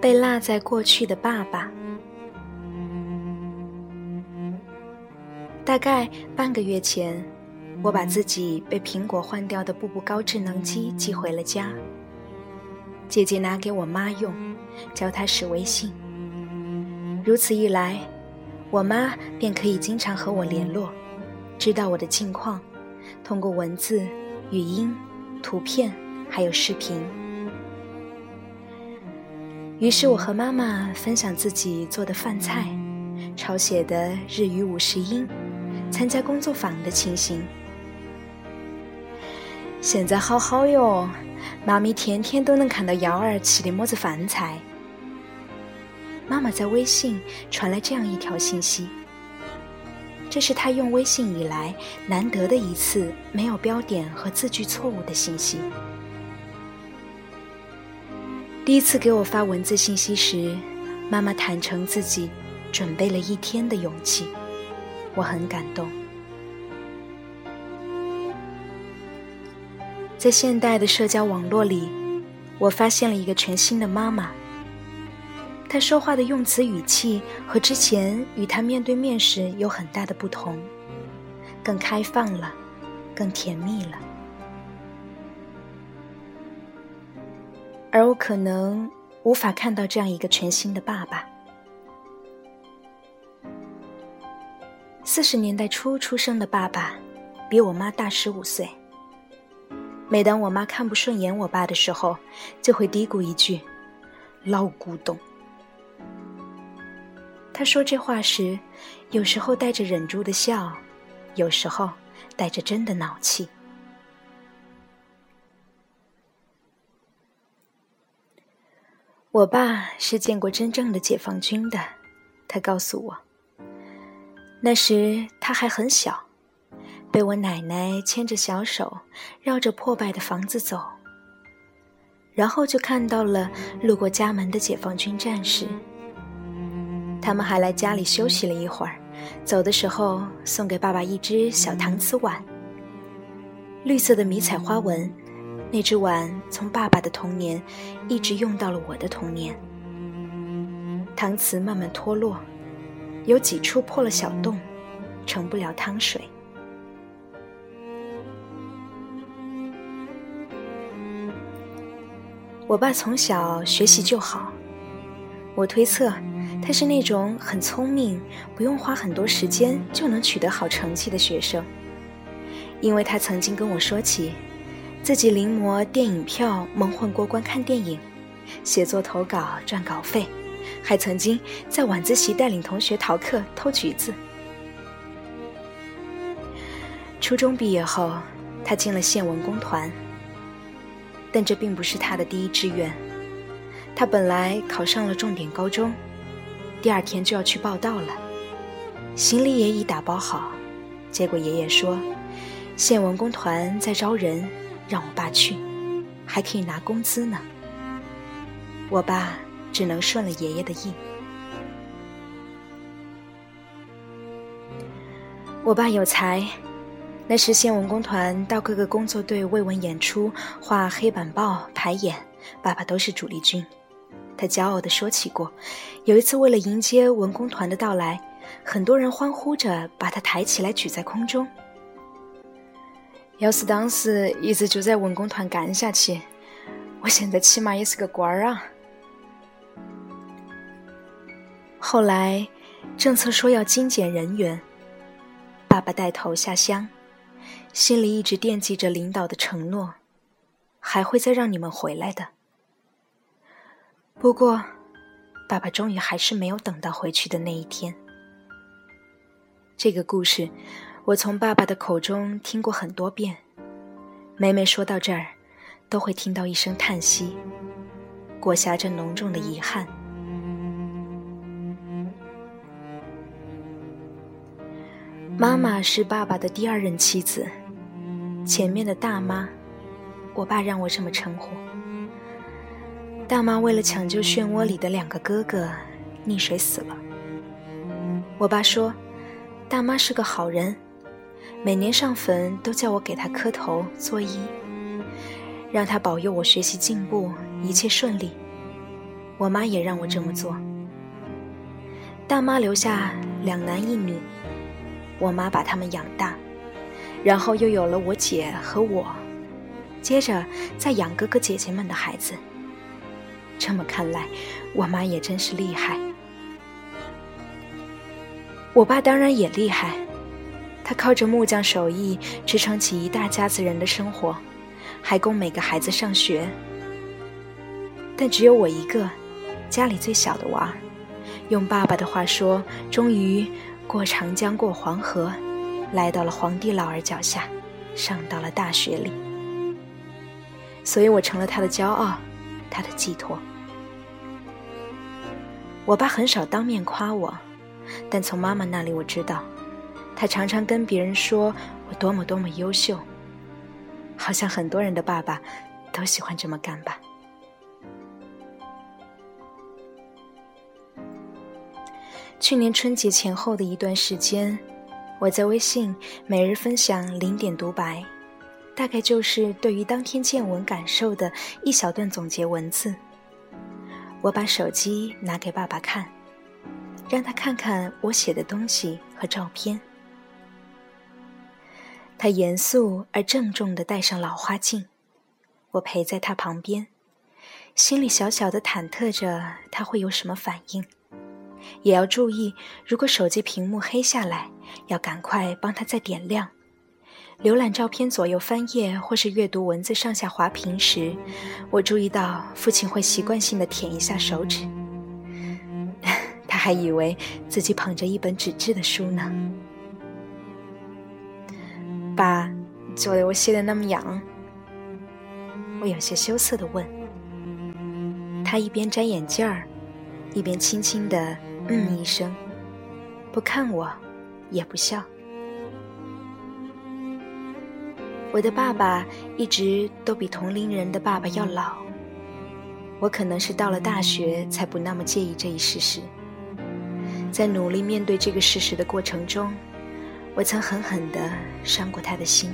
被落在过去的爸爸。大概半个月前，我把自己被苹果换掉的步步高智能机寄回了家。姐姐拿给我妈用，教她使微信。如此一来，我妈便可以经常和我联络，知道我的近况，通过文字、语音、图片还有视频。于是我和妈妈分享自己做的饭菜，抄写的日语50音，参加工作坊的情形。现在好好哟，妈咪天天都能看到瑶儿吃的么子饭菜。妈妈在微信传来这样一条信息，这是她用微信以来难得的一次没有标点和字句错误的信息。第一次给我发文字信息时，妈妈坦诚自己准备了1天的勇气，我很感动。在现代的社交网络里，我发现了一个全新的妈妈。她说话的用词语气和之前与她面对面时有很大的不同，更开放了，更甜蜜了。而我可能无法看到这样一个全新的爸爸。40年代初出生的爸爸，比我妈大15岁。每当我妈看不顺眼我爸的时候，就会嘀咕一句：“老古董。”他说这话时，有时候带着忍住的笑，有时候带着真的恼气。我爸是见过真正的解放军的，他告诉我，那时他还很小，被我奶奶牵着小手绕着破败的房子走，然后就看到了路过家门的解放军战士。他们还来家里休息了一会儿，走的时候送给爸爸一只小搪瓷碗，绿色的迷彩花纹，那只碗从爸爸的童年一直用到了我的童年。搪瓷慢慢脱落，有几处破了小洞，盛不了汤水。我爸从小学习就好，我推测他是那种很聪明，不用花很多时间就能取得好成绩的学生，因为他曾经跟我说起自己临摹电影票蒙混过关看电影，写作投稿赚稿费，还曾经在晚自习带领同学逃课偷橘子。初中毕业后，他进了县文工团，但这并不是他的第一志愿。他本来考上了重点高中，第2天就要去报到了，行李也已打包好，结果爷爷说县文工团在招人，让我爸去，还可以拿工资呢。我爸只能顺了爷爷的意。我爸有才，那时县文工团到各个工作队慰问演出，画黑板报排演，爸爸都是主力军。他骄傲地说起过，有一次为了迎接文工团的到来，很多人欢呼着把他抬起来举在空中。要是当时一直就在文工团干下去，我现在起码也是个官儿啊。后来政策说要精简人员，爸爸带头下乡，心里一直惦记着领导的承诺，还会再让你们回来的。不过爸爸终于还是没有等到回去的那一天。这个故事我从爸爸的口中听过很多遍，每每说到这儿，都会听到一声叹息，裹挟着浓重的遗憾。妈妈是爸爸的第2任妻子，前面的大妈，我爸让我这么称呼。大妈为了抢救漩涡里的2个哥哥，溺水死了。我爸说，大妈是个好人，每年上坟都叫我给她磕头作揖，让她保佑我学习进步，一切顺利。 我妈也让我这么做。大妈留下2男1女，我妈把他们养大，然后又有了我姐和我，接着再养哥哥姐姐们的孩子。这么看来，我妈也真是厉害。我爸当然也厉害，他靠着木匠手艺支撑起一大家子人的生活，还供每个孩子上学。但只有我一个，家里最小的娃儿，用爸爸的话说，终于过长江过黄河，来到了皇帝老儿脚下，上到了大学里。所以我成了他的骄傲，他的寄托。我爸很少当面夸我，但从妈妈那里我知道，他常常跟别人说我多么多么优秀，好像很多人的爸爸都喜欢这么干吧。去年春节前后的一段时间，我在微信每日分享0点独白，大概就是对于当天见闻感受的一小段总结文字。我把手机拿给爸爸看，让他看看我写的东西和照片。他严肃而郑重地戴上老花镜，我陪在他旁边，心里小小的忐忑着他会有什么反应，也要注意，如果手机屏幕黑下来，要赶快帮他再点亮。浏览照片左右翻页或是阅读文字上下滑屏时，我注意到父亲会习惯性地舔一下手指，他还以为自己捧着一本纸质的书呢。爸，做得我写得那么痒？我有些羞涩地问。他一边摘眼镜儿，一边轻轻地一声，不看我，也不笑。我的爸爸一直都比同龄人的爸爸要老，我可能是到了大学才不那么介意这一事实。在努力面对这个事实的过程中，我曾狠狠地伤过他的心。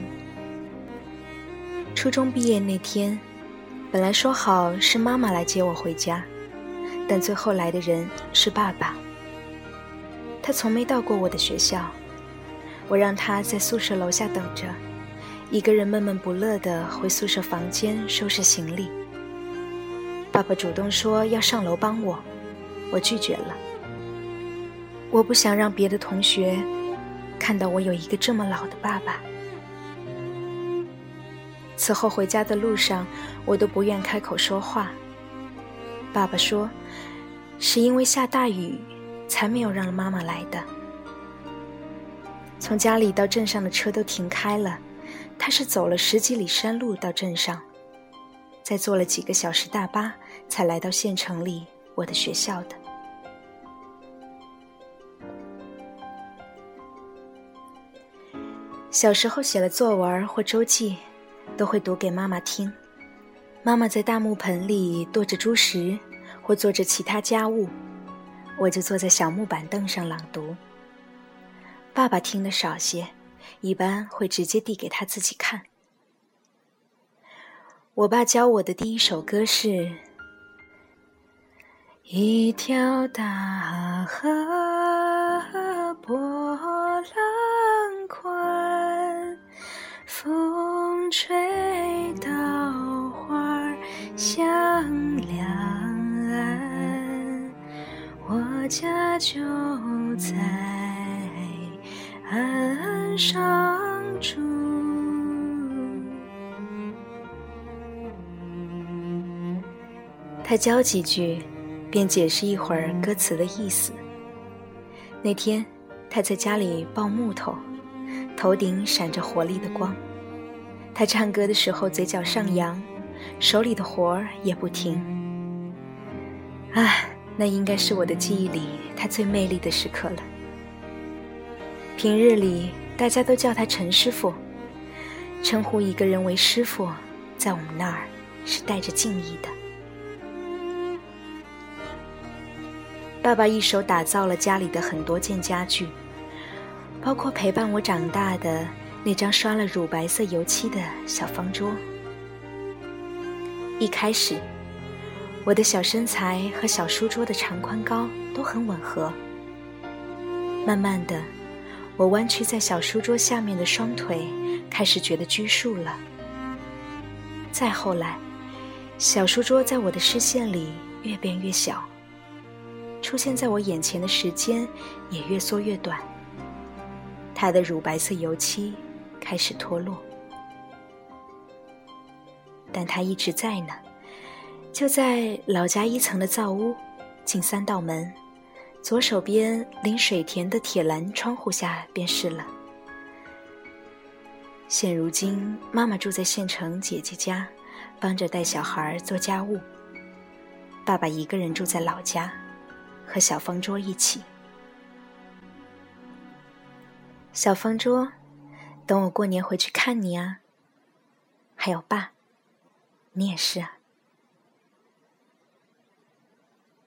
初中毕业那天，本来说好是妈妈来接我回家，但最后来的人是爸爸。他从没到过我的学校，我让他在宿舍楼下等着，一个人闷闷不乐地回宿舍房间收拾行李。爸爸主动说要上楼帮我，我拒绝了。我不想让别的同学看到我有一个这么老的爸爸。此后回家的路上，我都不愿开口说话。爸爸说，是因为下大雨，才没有让妈妈来的。从家里到镇上的车都停开了，他是走了10几里山路到镇上，再坐了几个小时大巴，才来到县城里我的学校的。小时候写了作文或周记，都会读给妈妈听。妈妈在大木盆里剁着猪食，或做着其他家务，我就坐在小木板凳上朗读。爸爸听得少些，一般会直接递给他自己看。我爸教我的第一首歌是一条大河波浪宽，风吹稻花香两岸，我家就在岸上住。他教几句，便解释一会儿歌词的意思。那天他在家里抱木头，头顶闪着活力的光。他唱歌的时候嘴角上扬，手里的活儿也不停。那应该是我的记忆里他最魅力的时刻了。平日里大家都叫他陈师傅，称呼一个人为师傅，在我们那儿是带着敬意的。爸爸一手打造了家里的很多件家具，包括陪伴我长大的那张刷了乳白色油漆的小方桌。一开始我的小身材和小书桌的长宽高都很吻合。慢慢的，我弯曲在小书桌下面的双腿开始觉得拘束了。再后来，小书桌在我的视线里越变越小，出现在我眼前的时间也越缩越短，它的乳白色油漆开始脱落。但它一直在呢，就在老家1层的灶屋，进3道门，左手边临水田的铁栏窗户下便是了。现如今，妈妈住在县城姐姐家，帮着带小孩做家务。爸爸一个人住在老家，和小方桌一起。小方桌，等我过年回去看你啊。还有爸，你也是啊。